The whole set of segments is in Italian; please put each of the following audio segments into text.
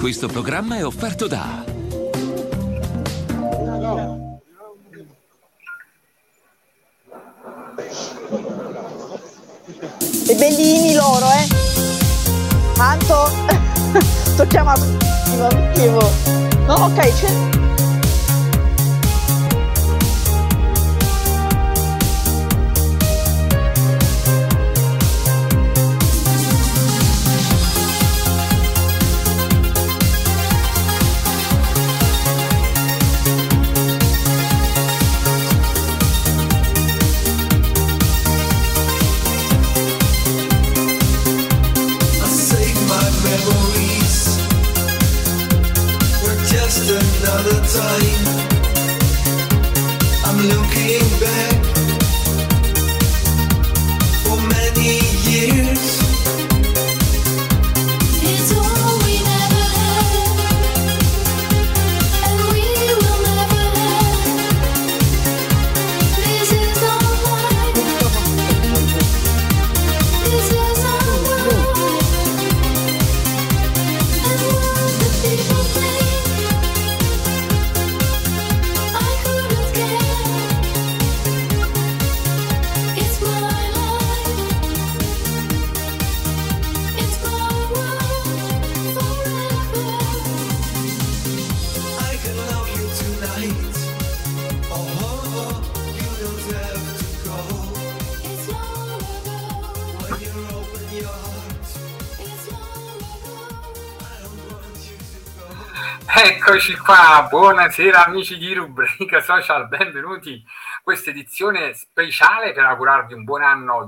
Questo programma è offerto da e bellini loro, tanto t'ho chiamato no, ok, c'è. Another time I'm looking back for many years. It's all we never had, and we will never have. This is our life, this is our world, and what the people think Eccoci qua, buonasera amici di Rubrica Social, benvenuti a questa edizione speciale per augurarvi un buon anno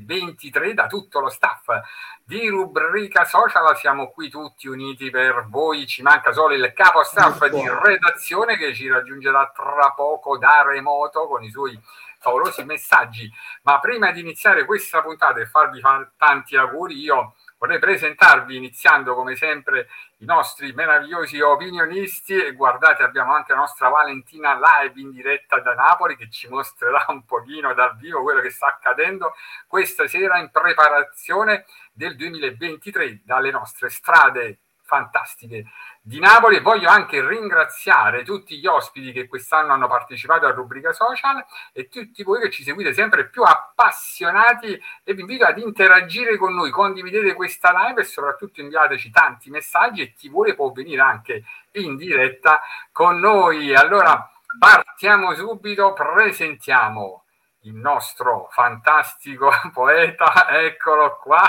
2023 da tutto lo staff di Rubrica Social. Siamo qui tutti uniti per voi, ci manca solo il capo staff di redazione che ci raggiungerà tra poco da remoto con i suoi favolosi messaggi. Ma prima di iniziare questa puntata e farvi tanti auguri, io vorrei presentarvi, iniziando come sempre i nostri meravigliosi opinionisti. E guardate, abbiamo anche la nostra Valentina live in diretta da Napoli che ci mostrerà un pochino dal vivo quello che sta accadendo questa sera in preparazione del 2023 dalle nostre strade fantastiche di Napoli. Voglio anche ringraziare tutti gli ospiti che quest'anno hanno partecipato a Rubrica Social e tutti voi che ci seguite sempre più appassionati, e vi invito ad interagire con noi, condividete questa live e soprattutto inviateci tanti messaggi, e chi vuole può venire anche in diretta con noi. Allora partiamo subito, presentiamo il nostro fantastico poeta, eccolo qua,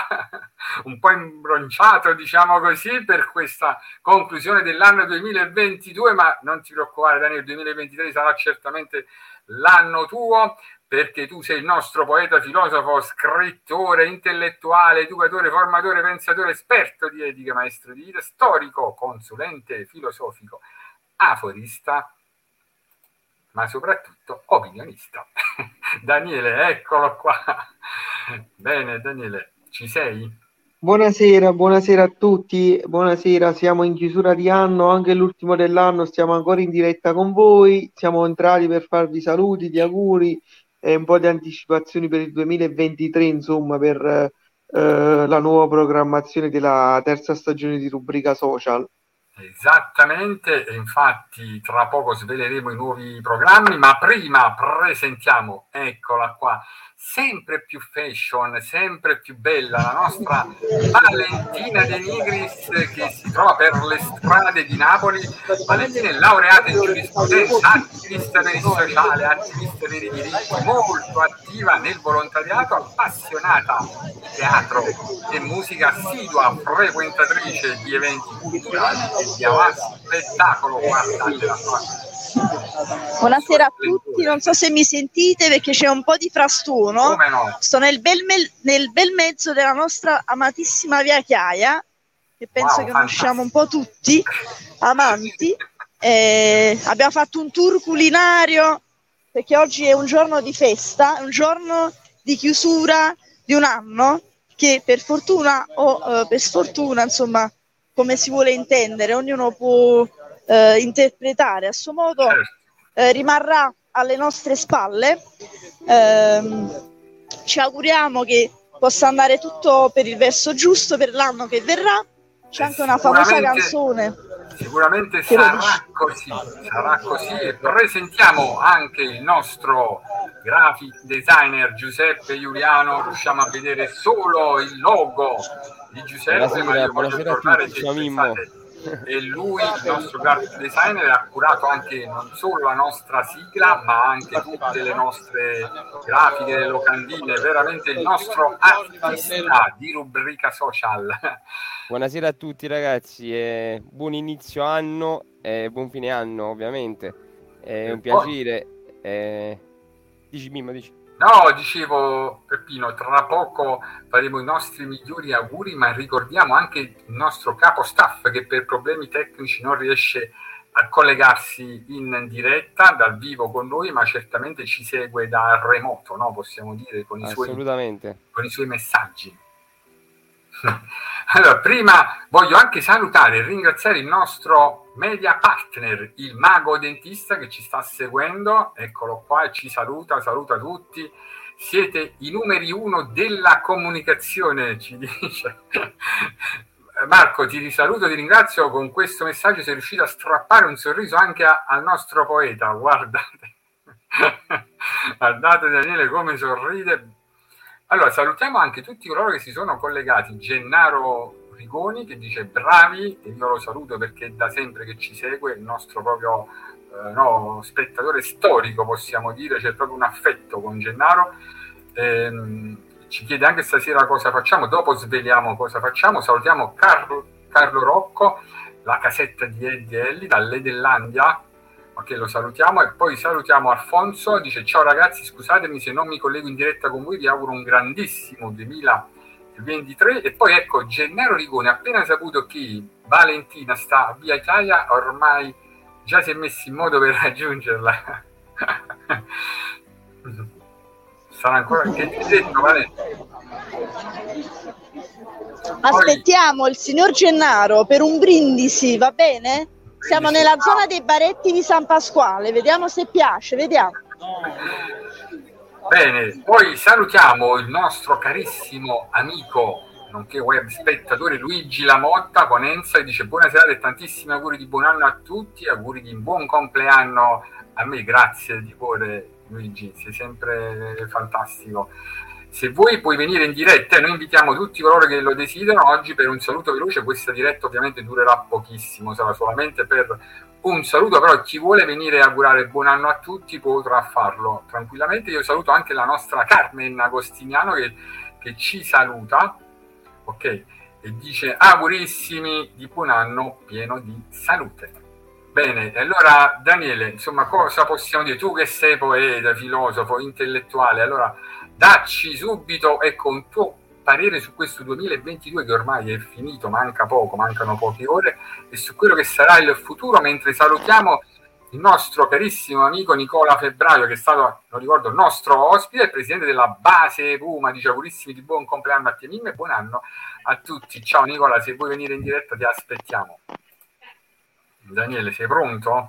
un po' imbronciato, diciamo così, per questa conclusione dell'anno 2022, ma non ti preoccupare Daniele, il 2023 sarà certamente l'anno tuo, perché tu sei il nostro poeta, filosofo, scrittore, intellettuale, educatore, formatore, pensatore, esperto di etica, maestro di vita, storico, consulente filosofico, aforista, ma soprattutto opinionista. Daniele, eccolo qua. Bene, Daniele, ci sei? Buonasera a tutti, buonasera, siamo in chiusura di anno, anche l'ultimo dell'anno, stiamo ancora in diretta con voi, siamo entrati per farvi saluti, di auguri e un po' di anticipazioni per il 2023, insomma, per la nuova programmazione della terza stagione di Rubrica Social. Esattamente, infatti tra poco sveleremo i nuovi programmi, ma prima presentiamo, eccola qua, sempre più fashion, sempre più bella, la nostra Valentina De Nigris, che si trova per le strade di Napoli. Valentina è laureata in giurisprudenza, attivista per il sociale, attivista per i diritti, molto attiva nel volontariato, appassionata di teatro e musica, assidua frequentatrice di eventi culturali e di spettacolo. Guardate la sua. Buonasera a tutti, non so se mi sentite perché c'è un po' di frastuono. Come no? Sto nel bel mezzo della nostra amatissima Via Chiaia, che penso che conosciamo un po' tutti, amanti. Abbiamo fatto un tour culinario perché oggi è un giorno di festa, un giorno di chiusura di un anno che per fortuna o per sfortuna, insomma, come si vuole intendere, ognuno può interpretare a suo modo, rimarrà alle nostre spalle. Ci auguriamo che possa andare tutto per il verso giusto per l'anno che verrà, C'è anche una famosa canzone. Sicuramente che lo sarà dice. così. E vorrei sentiamo anche il nostro graphic designer Giuseppe Giuliano. Riusciamo a vedere solo il logo di Giuseppe, ma io voglio buonasera a ricordare tutti, che ciao Mimmo. pensate, e lui, il nostro graphic designer, ha curato anche non solo la nostra sigla, ma anche tutte le nostre grafiche, le locandine, veramente il nostro artista di rubrica social. Buonasera a tutti ragazzi, buon inizio anno e buon fine anno ovviamente. È un piacere. Dici Mimmo, dici. No, dicevo Peppino, tra poco faremo i nostri migliori auguri, ma ricordiamo anche il nostro capo staff che per problemi tecnici non riesce a collegarsi in diretta dal vivo con noi, ma certamente ci segue da remoto, no? Possiamo dire, con i Assolutamente. suoi messaggi. Allora, prima voglio anche salutare e ringraziare il nostro media partner, il Mago Dentista, che ci sta seguendo. Eccolo qua e ci saluta tutti. Siete i numeri 1 della comunicazione, ci dice. Marco, ti risaluto, ti ringrazio. Con questo messaggio sei riuscito a strappare un sorriso anche al nostro poeta. Guardate, guardate Daniele come sorride. Allora, salutiamo anche tutti coloro che si sono collegati. Gennaro Rigoni che dice bravi, e io lo saluto perché da sempre che ci segue, il nostro proprio spettatore storico, possiamo dire, c'è proprio un affetto con Gennaro. Ci chiede anche stasera cosa facciamo, dopo sveliamo cosa facciamo. Salutiamo Carlo Rocco, la casetta di Eddie Elli dall'Edellandia. Ok, lo salutiamo. E poi salutiamo Alfonso, dice ciao ragazzi, scusatemi se non mi collego in diretta con voi, vi auguro un grandissimo 2023. E poi ecco, Gennaro Rigoni, appena saputo che Valentina sta a Via Italia, ormai già si è messo in modo per raggiungerla. Sarà ancora che ti ho detto, Valentina? Aspettiamo il signor Gennaro per un brindisi, va bene? Siamo nella zona dei baretti di San Pasquale, vediamo se piace, vediamo. Bene, poi salutiamo il nostro carissimo amico, nonché web spettatore Luigi Lamotta con Enza, e dice buonasera e tantissimi auguri di buon anno a tutti, auguri di buon compleanno a me, grazie di cuore Luigi, sei sempre fantastico. Se vuoi puoi venire in diretta, noi invitiamo tutti coloro che lo desiderano oggi per un saluto veloce. Questa diretta ovviamente durerà pochissimo, sarà solamente per un saluto, però chi vuole venire a augurare buon anno a tutti potrà farlo tranquillamente. Io saluto anche la nostra Carmen Agostiniano che ci saluta, ok, e dice augurissimi di buon anno pieno di salute. Bene, allora Daniele, insomma, cosa possiamo dire? Tu che sei poeta, filosofo, intellettuale, allora dacci subito, ecco, un tuo parere su questo 2022 che ormai è finito, mancano poche ore, e su quello che sarà il futuro, mentre salutiamo il nostro carissimo amico Nicola Febbraio, che è stato, lo ricordo, il nostro ospite, presidente della Base Puma. Dice augurissimi di buon compleanno a te Mimmo e buon anno a tutti. Ciao Nicola, se vuoi venire in diretta ti aspettiamo. Daniele, sei pronto?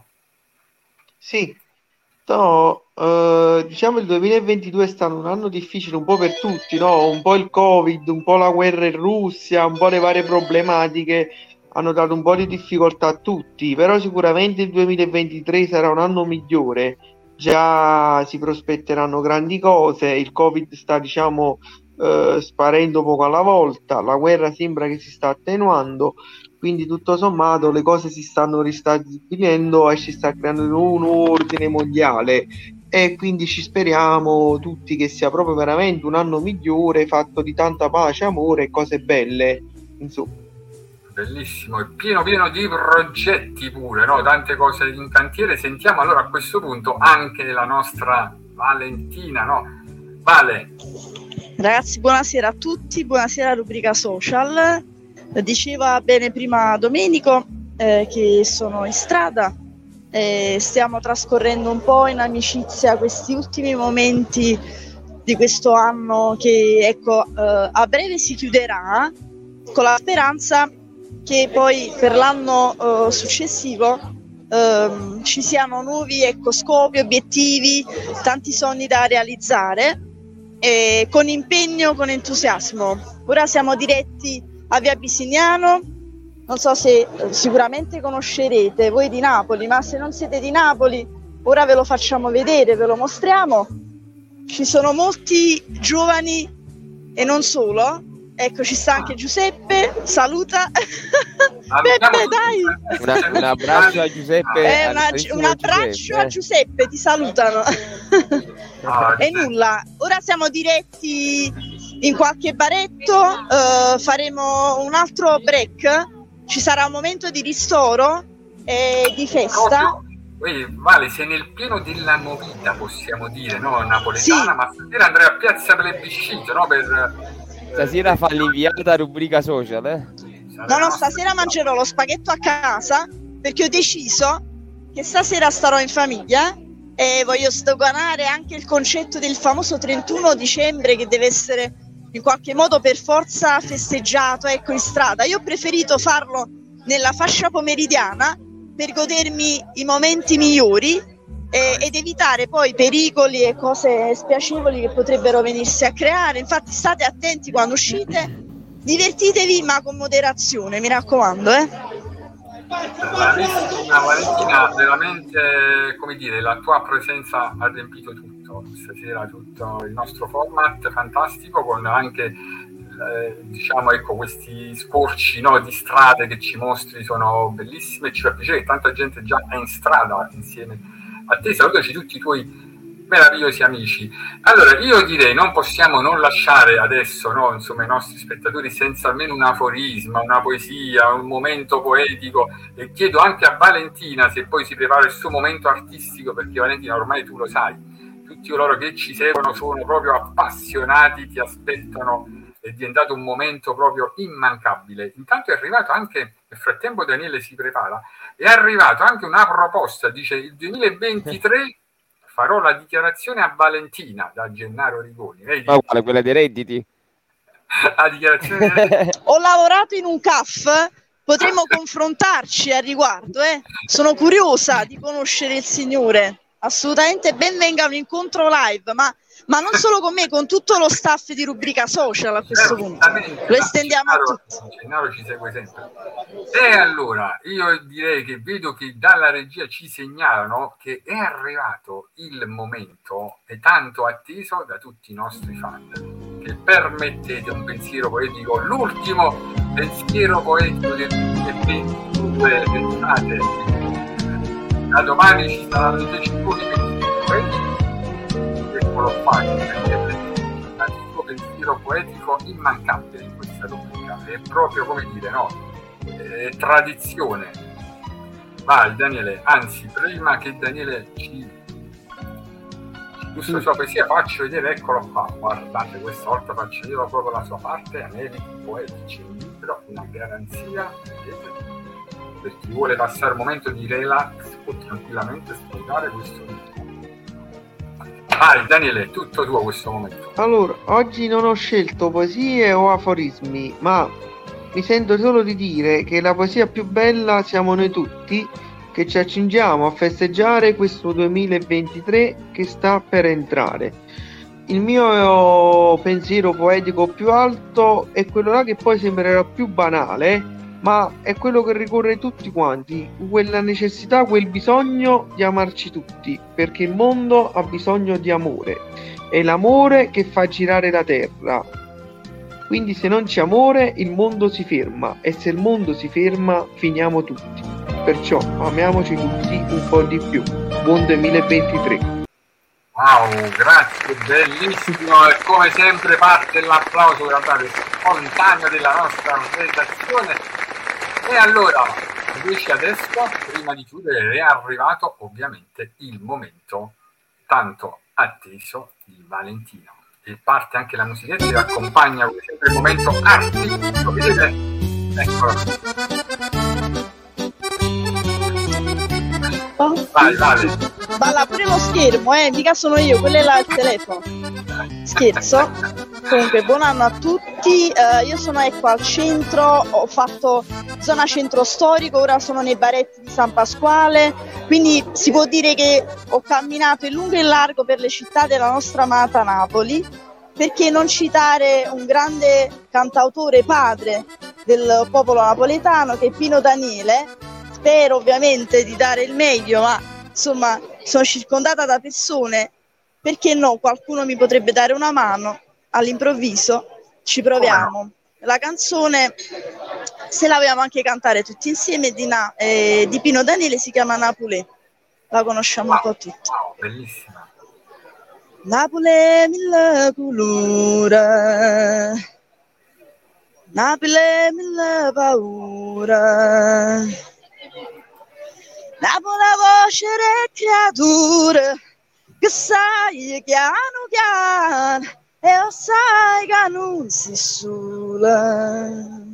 Sì. No, diciamo il 2022 è stato un anno difficile un po' per tutti, no? Un po' il Covid, un po' la guerra in Russia, un po' le varie problematiche hanno dato un po' di difficoltà a tutti, però sicuramente il 2023 sarà un anno migliore, già si prospetteranno grandi cose, il Covid sta, diciamo, sparendo poco alla volta, la guerra sembra che si sta attenuando, quindi tutto sommato le cose si stanno ristabilendo e si sta creando un nuovo ordine mondiale, e quindi ci speriamo tutti che sia proprio veramente un anno migliore, fatto di tanta pace, amore e cose belle, insomma. Bellissimo, è pieno di progetti pure, no? Tante cose in cantiere. Sentiamo allora a questo punto anche la nostra Valentina, no? Vale. Ragazzi, buonasera a tutti, buonasera rubrica social. Diceva bene prima Domenico che sono in strada, stiamo trascorrendo un po' in amicizia questi ultimi momenti di questo anno che, ecco, a breve si chiuderà, con la speranza che poi per l'anno successivo ci siano nuovi, ecco, scopi, obiettivi, tanti sogni da realizzare, con impegno, con entusiasmo. Ora siamo diretti a Via Bisignano, non so se sicuramente conoscerete voi di Napoli, ma se non siete di Napoli, ora ve lo facciamo vedere, ve lo mostriamo. Ci sono molti giovani e non solo. Ecco, ci sta anche Giuseppe, saluta. Peppe, dai. Un abbraccio a Giuseppe. Un abbraccio a Giuseppe, ti salutano. E nulla, ora siamo diretti in qualche baretto, faremo un altro break, ci sarà un momento di ristoro e di festa. Vale, sei nel pieno della movida, possiamo dire, no? Napoletana, sì. Ma stasera andrei a Piazza Plebiscito, no? Stasera fa l'inviata rubrica social, No, stasera mangerò lo spaghetto a casa perché ho deciso che stasera starò in famiglia e voglio sdoganare anche il concetto del famoso 31 dicembre che deve essere in qualche modo per forza festeggiato, ecco, in strada. Io ho preferito farlo nella fascia pomeridiana per godermi i momenti migliori ed evitare poi pericoli e cose spiacevoli che potrebbero venirsi a creare. Infatti state attenti quando uscite, divertitevi ma con moderazione, mi raccomando. Bravissima Valentina, veramente, come dire, la tua presenza ha riempito tutto stasera, tutto il nostro format fantastico, con anche diciamo, ecco, questi scorci, no, di strade che ci mostri, sono bellissime, ci fa piacere che tanta gente già è in strada insieme a te. Salutaci tutti i tuoi meravigliosi amici. Allora, io direi non possiamo non lasciare adesso, no, insomma, i nostri spettatori senza almeno un aforisma, una poesia, un momento poetico, e chiedo anche a Valentina se poi si prepara il suo momento artistico, perché Valentina, ormai tu lo sai, tutti coloro che ci seguono sono proprio appassionati, ti aspettano, è diventato un momento proprio immancabile. Intanto è arrivato anche, nel frattempo Daniele si prepara, è arrivato anche una proposta, dice il 2023 farò la dichiarazione a Valentina, da Gennaro Rigoni. Vedi? Ma quale, quella dei redditi? La dichiarazione dei redditi. Ho lavorato in un CAF, potremmo confrontarci a riguardo, Sono curiosa di conoscere il signore. Assolutamente ben venga un incontro live, ma non solo con me, con tutto lo staff di rubrica social a questo punto. Lo estendiamo a tutti. Gennaro ci segue sempre. E allora, io direi che vedo che dalla regia ci segnalano che è arrivato il momento, e tanto atteso da tutti i nostri fan, che permettete un pensiero poetico, l'ultimo pensiero poetico del 2022, pensate, da domani ci saranno invece buoni pensieri poetici. Eccolo qua, il suo pensiero poetico immancabile in questa rubrica, è proprio, come dire, no, tradizione. Vai Daniele, anzi prima che Daniele ci la sua poesia faccio vedere, eccolo qua, guardate, questa volta faccio vedere proprio la sua parte, Aneliti poetici, un libro, una garanzia, vedete? Per chi vuole passare un momento di relax può tranquillamente sfruttare questo libro. Vai Daniele, tutto tuo questo momento. Allora, oggi non ho scelto poesie o aforismi, ma mi sento solo di dire che la poesia più bella siamo noi tutti, che ci accingiamo a festeggiare questo 2023 che sta per entrare. Il mio pensiero poetico più alto è quello là che poi sembrerà più banale, ma è quello che ricorre tutti quanti, quella necessità, quel bisogno di amarci tutti, perché il mondo ha bisogno di amore, è l'amore che fa girare la terra. Quindi se non c'è amore il mondo si ferma, e se il mondo si ferma finiamo tutti. Perciò amiamoci tutti un po' di più. Buon 2023. Wow, grazie, bellissimo, e come sempre parte l'applauso, guardate, spontaneo della nostra redazione. E allora, invece adesso, prima di chiudere, è arrivato ovviamente il momento tanto atteso di Valentino. E parte anche la musichetta che accompagna, come sempre, il momento artistico, vedete? Eccolo. Vai, Vale. Balla pure lo schermo, mica sono io, quello è là il telefono. Scherzo. Comunque, buon anno a tutti. Io sono, ecco, al centro, ho fatto zona centro storico, ora sono nei baretti di San Pasquale, quindi si può dire che ho camminato in lungo e in largo per le città della nostra amata Napoli. Perché non citare un grande cantautore, padre del popolo napoletano, che è Pino Daniele. Spero ovviamente di dare il meglio, ma insomma sono circondata da persone, perché no, qualcuno mi potrebbe dare una mano all'improvviso, ci proviamo. La canzone, se la vogliamo anche cantare tutti insieme, di Pino Daniele, si chiama Napoli, la conosciamo un po' tutti. Wow, bellissima. Napoli è mille colore, Napoli è mille paura, Napoli è voce delle creature, che sai piano piano e lo sai che non si sola.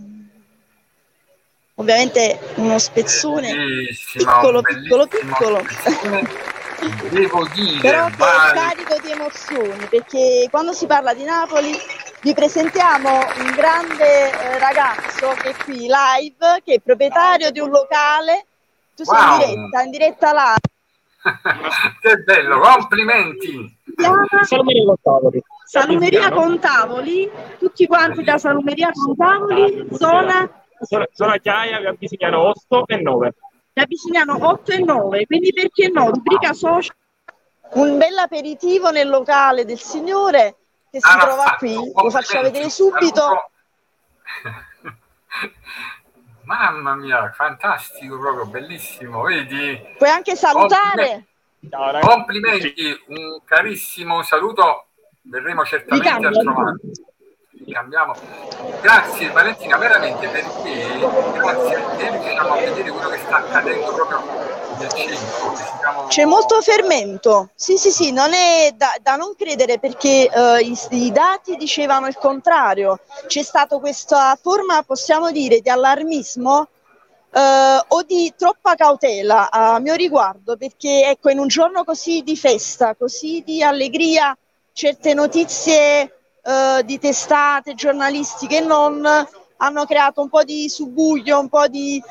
Ovviamente uno spezzone Bellissima, piccolo, un piccolo, bellissimo piccolo. spezzone. Devo dire, Però che è vale. carico di emozioni, perché quando si parla di Napoli vi presentiamo un grande ragazzo che è qui live, che è proprietario di un locale. Tu sei Wow. in diretta live. Che bello, complimenti. Salumeria con tavoli. Salumeria con tavoli, tutti quanti da Salumeria con tavoli, zona Zona Chiaia, vi Abisignano 8 e 9. di Abisignano 8 e 9, quindi perché no, rubrica social, un bel aperitivo nel locale del signore che si trova qui, lo faccio vedere subito. Mamma mia, fantastico, proprio bellissimo, vedi? Puoi anche salutare. Ciao, ragazzi. Complimenti, un carissimo saluto, verremo certamente a trovarti. Cambiamo. Grazie Valentina, veramente, perché grazie a te riusciamo a vedere quello che sta accadendo proprio nel centro. C'è molto fermento, sì, non è da non credere, perché i dati dicevano il contrario. C'è stata questa forma, possiamo dire, di allarmismo o di troppa cautela a mio riguardo, perché ecco, in un giorno così di festa, così di allegria, certe notizie di testate giornalistiche e non hanno creato un po' di subbuglio, un po' di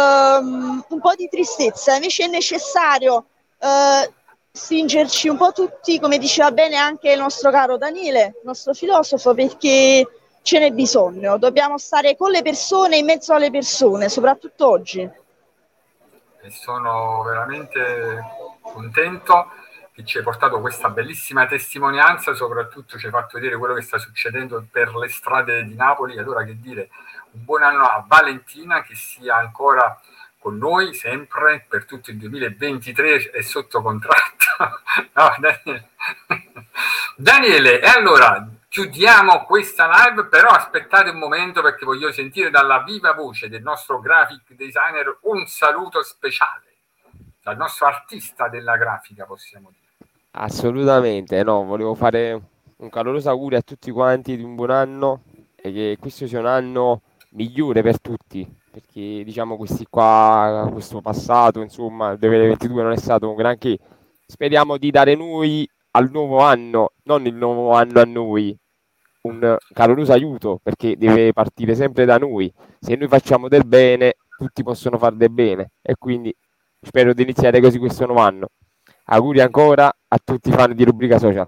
tristezza. Invece è necessario stringerci un po' tutti, come diceva bene anche il nostro caro Daniele, il nostro filosofo, perché ce n'è bisogno. Dobbiamo stare con le persone, in mezzo alle persone, soprattutto oggi. E sono veramente contento che ci hai portato questa bellissima testimonianza, soprattutto ci hai fatto vedere quello che sta succedendo per le strade di Napoli. Allora, che dire, un buon anno a Valentina, che sia ancora con noi sempre per tutto il 2023, è sotto contratto. No, Daniele, e allora chiudiamo questa live, però aspettate un momento, perché voglio sentire dalla viva voce del nostro graphic designer un saluto speciale dal nostro artista della grafica, possiamo dire. Assolutamente, no, volevo fare un caloroso augurio a tutti quanti di un buon anno e che questo sia un anno migliore per tutti, perché diciamo questo passato, insomma, il 2022 non è stato un granché. Speriamo di dare noi al nuovo anno, non il nuovo anno a noi, un caloroso aiuto, perché deve partire sempre da noi. Se noi facciamo del bene, tutti possono fare del bene, e quindi spero di iniziare così questo nuovo anno. Auguri ancora a tutti i fan di Rubrica Social.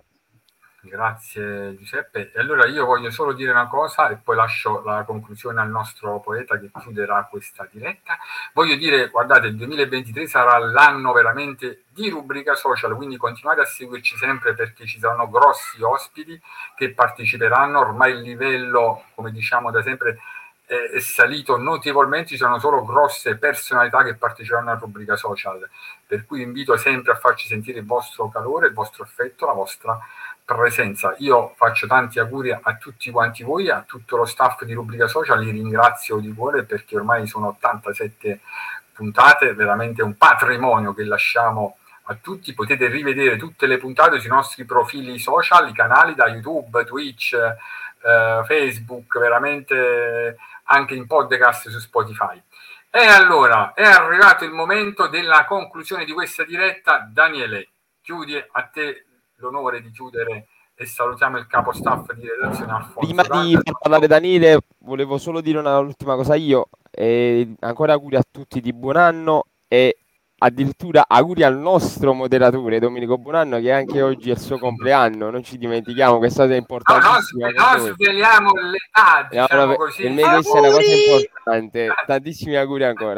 Grazie Giuseppe. E allora io voglio solo dire una cosa e poi lascio la conclusione al nostro poeta che chiuderà questa diretta. Voglio dire, guardate, il 2023 sarà l'anno veramente di Rubrica Social, quindi continuate a seguirci sempre, perché ci saranno grossi ospiti che parteciperanno. Ormai il livello, come diciamo da sempre, è salito notevolmente, ci sono solo grosse personalità che parteciperanno a Rubrica Social, per cui vi invito sempre a farci sentire il vostro calore, il vostro affetto, la vostra presenza. Io faccio tanti auguri a tutti quanti voi, a tutto lo staff di Rubrica Social, li ringrazio di cuore, perché ormai sono 87 puntate, veramente un patrimonio che lasciamo a tutti. Potete rivedere tutte le puntate sui nostri profili social, i canali da YouTube, Twitch, Facebook, veramente anche in podcast su Spotify. E allora è arrivato il momento della conclusione di questa diretta. Daniele, chiudi, a te l'onore di chiudere, e salutiamo il capo staff di redazione Alfonso. Prima di far parlare Daniele, volevo solo dire un'ultima cosa io. Ancora auguri a tutti di buon anno, e addirittura auguri al nostro moderatore Domenico Buonanno, che anche oggi è il suo compleanno, non ci dimentichiamo, questa cosa è No, importantissima per non noi. sveliamo l'età, diciamo così. Per me questa è una cosa Auguri! importante, tantissimi auguri ancora.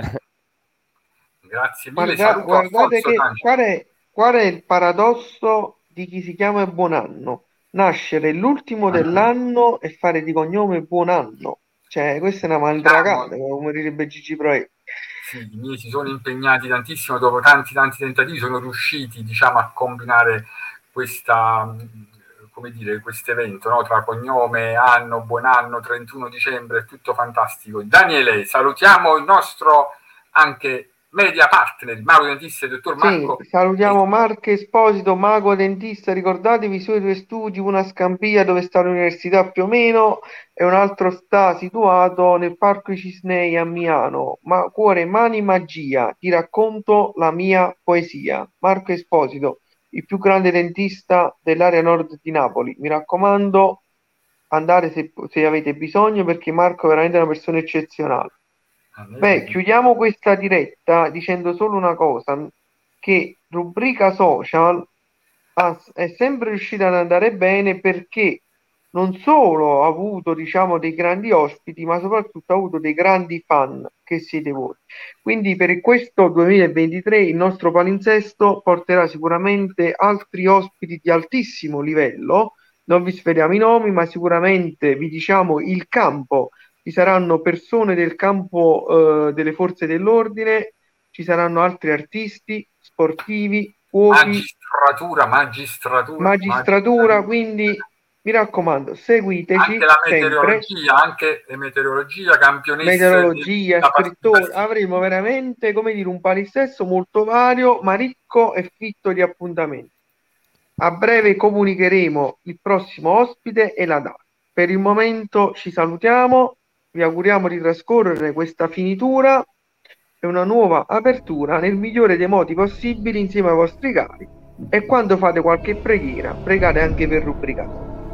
Grazie mille, Guarda- saluto guardate Alfonso che Tanci. qual è il paradosso di chi si chiama Buonanno? Nascere l'ultimo dell'anno e fare di cognome Buonanno. Cioè, questa è una mandragata, come direbbe Gigi Proietti. Sì, i miei si sono impegnati tantissimo, dopo tanti tentativi sono riusciti, diciamo, a combinare questa, come dire, questo evento, no? Tra cognome, anno, buon anno, 31 dicembre, è tutto fantastico. Daniele, salutiamo il nostro anche media partner, il mago dentista, il dottor Marco. Sì, salutiamo Marco Esposito, mago dentista. Ricordatevi i suoi due studi, una a Scampia dove sta l'università più o meno e un altro sta situato nel Parco I Cisnei a Milano. Ma cuore, mani, magia, ti racconto la mia poesia. Marco Esposito, il più grande dentista dell'area nord di Napoli. Mi raccomando, andate se avete bisogno, perché Marco è veramente una persona eccezionale. Beh, chiudiamo questa diretta dicendo solo una cosa, che rubrica social è sempre riuscita ad andare bene, perché non solo ha avuto, diciamo, dei grandi ospiti, ma soprattutto ha avuto dei grandi fan, che siete voi. Quindi per questo 2023 il nostro palinsesto porterà sicuramente altri ospiti di altissimo livello. Non vi sveliamo i nomi, ma sicuramente vi diciamo il campo. Ci saranno persone del campo delle forze dell'ordine, ci saranno altri artisti, sportivi, cuochi, magistratura, quindi mi raccomando, seguiteci anche la sempre. meteorologia, campionesse, Meteorologia, scrittori, avremo veramente, come dire, un palinsesto molto vario, ma ricco e fitto di appuntamenti. A breve comunicheremo il prossimo ospite e la data. Per il momento ci salutiamo. Vi auguriamo di trascorrere questa finitura e una nuova apertura nel migliore dei modi possibili insieme ai vostri cari. E quando fate qualche preghiera, pregate anche per rubricare.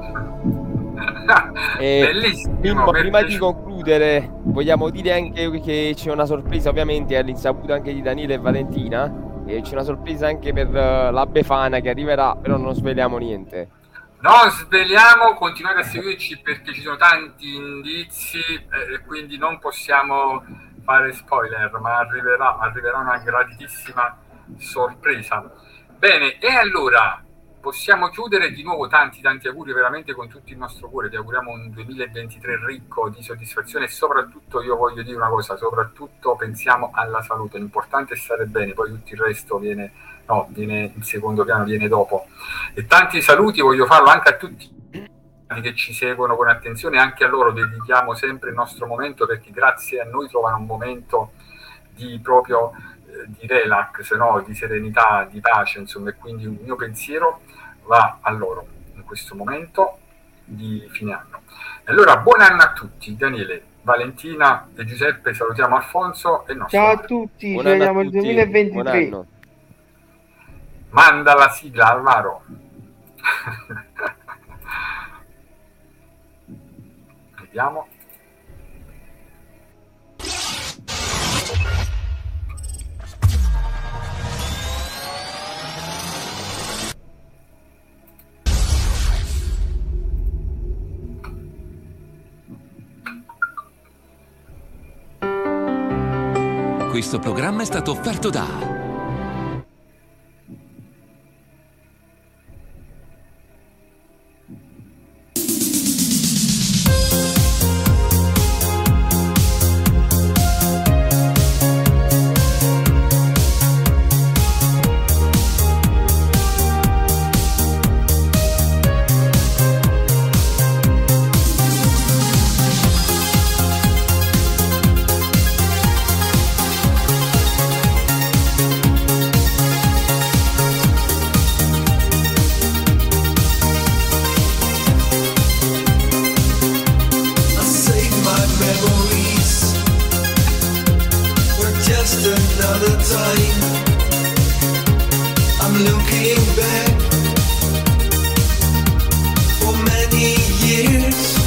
Bellissimo. Prima di concludere, vogliamo dire anche che c'è una sorpresa, ovviamente all'insaputa anche di Daniele e Valentina, e c'è una sorpresa anche per la Befana che arriverà, però non sveliamo niente. Non sveliamo, continuate a seguirci perché ci sono tanti indizi e quindi non possiamo fare spoiler, ma arriverà una graditissima sorpresa. Bene, e allora possiamo chiudere di nuovo. Tanti auguri veramente con tutto il nostro cuore. Vi auguriamo un 2023 ricco di soddisfazione e soprattutto, io voglio dire una cosa, soprattutto pensiamo alla salute. L'importante è stare bene, poi tutto il resto viene in secondo piano, viene dopo. E tanti saluti voglio farlo anche a tutti che ci seguono con attenzione, anche a loro dedichiamo sempre il nostro momento, perché grazie a noi trovano un momento di proprio di relax, no? Di serenità, di pace, insomma, e quindi un mio pensiero va a loro in questo momento di fine anno. Allora, buon anno a tutti. Daniele, Valentina e Giuseppe, salutiamo Alfonso e il nostro Ciao a Mario. tutti, Buon ci anno a vediamo nel tutti, 2023. buon anno. Manda la sigla, Alvaro. Vediamo. Questo programma è stato offerto da I save my memories for just another time. I'm looking back for many years.